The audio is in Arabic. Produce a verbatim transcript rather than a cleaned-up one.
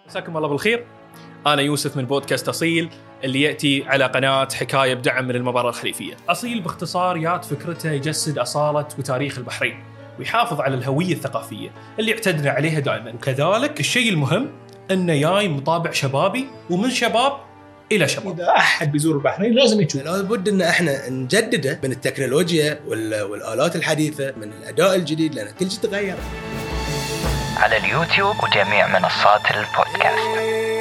مساكم الله بالخير. أنا يوسف من بودكاست أصيل اللي يأتي على قناة حكاية بدعم من المباراة الخليفية. أصيل باختصار يات فكرته يجسد أصالة وتاريخ البحرين ويحافظ على الهوية الثقافية اللي اعتدنا عليها دائما، وكذلك الشيء المهم أنه جاي مطابع شبابي ومن شباب إلى شباب. إذا أحد بيزور البحرين لازم يشوف. لابد أن احنا نجدده من التكنولوجيا والآلات الحديثة، من الأداء الجديد، لأن كل شيء تغير. على اليوتيوب وجميع منصات البودكاست.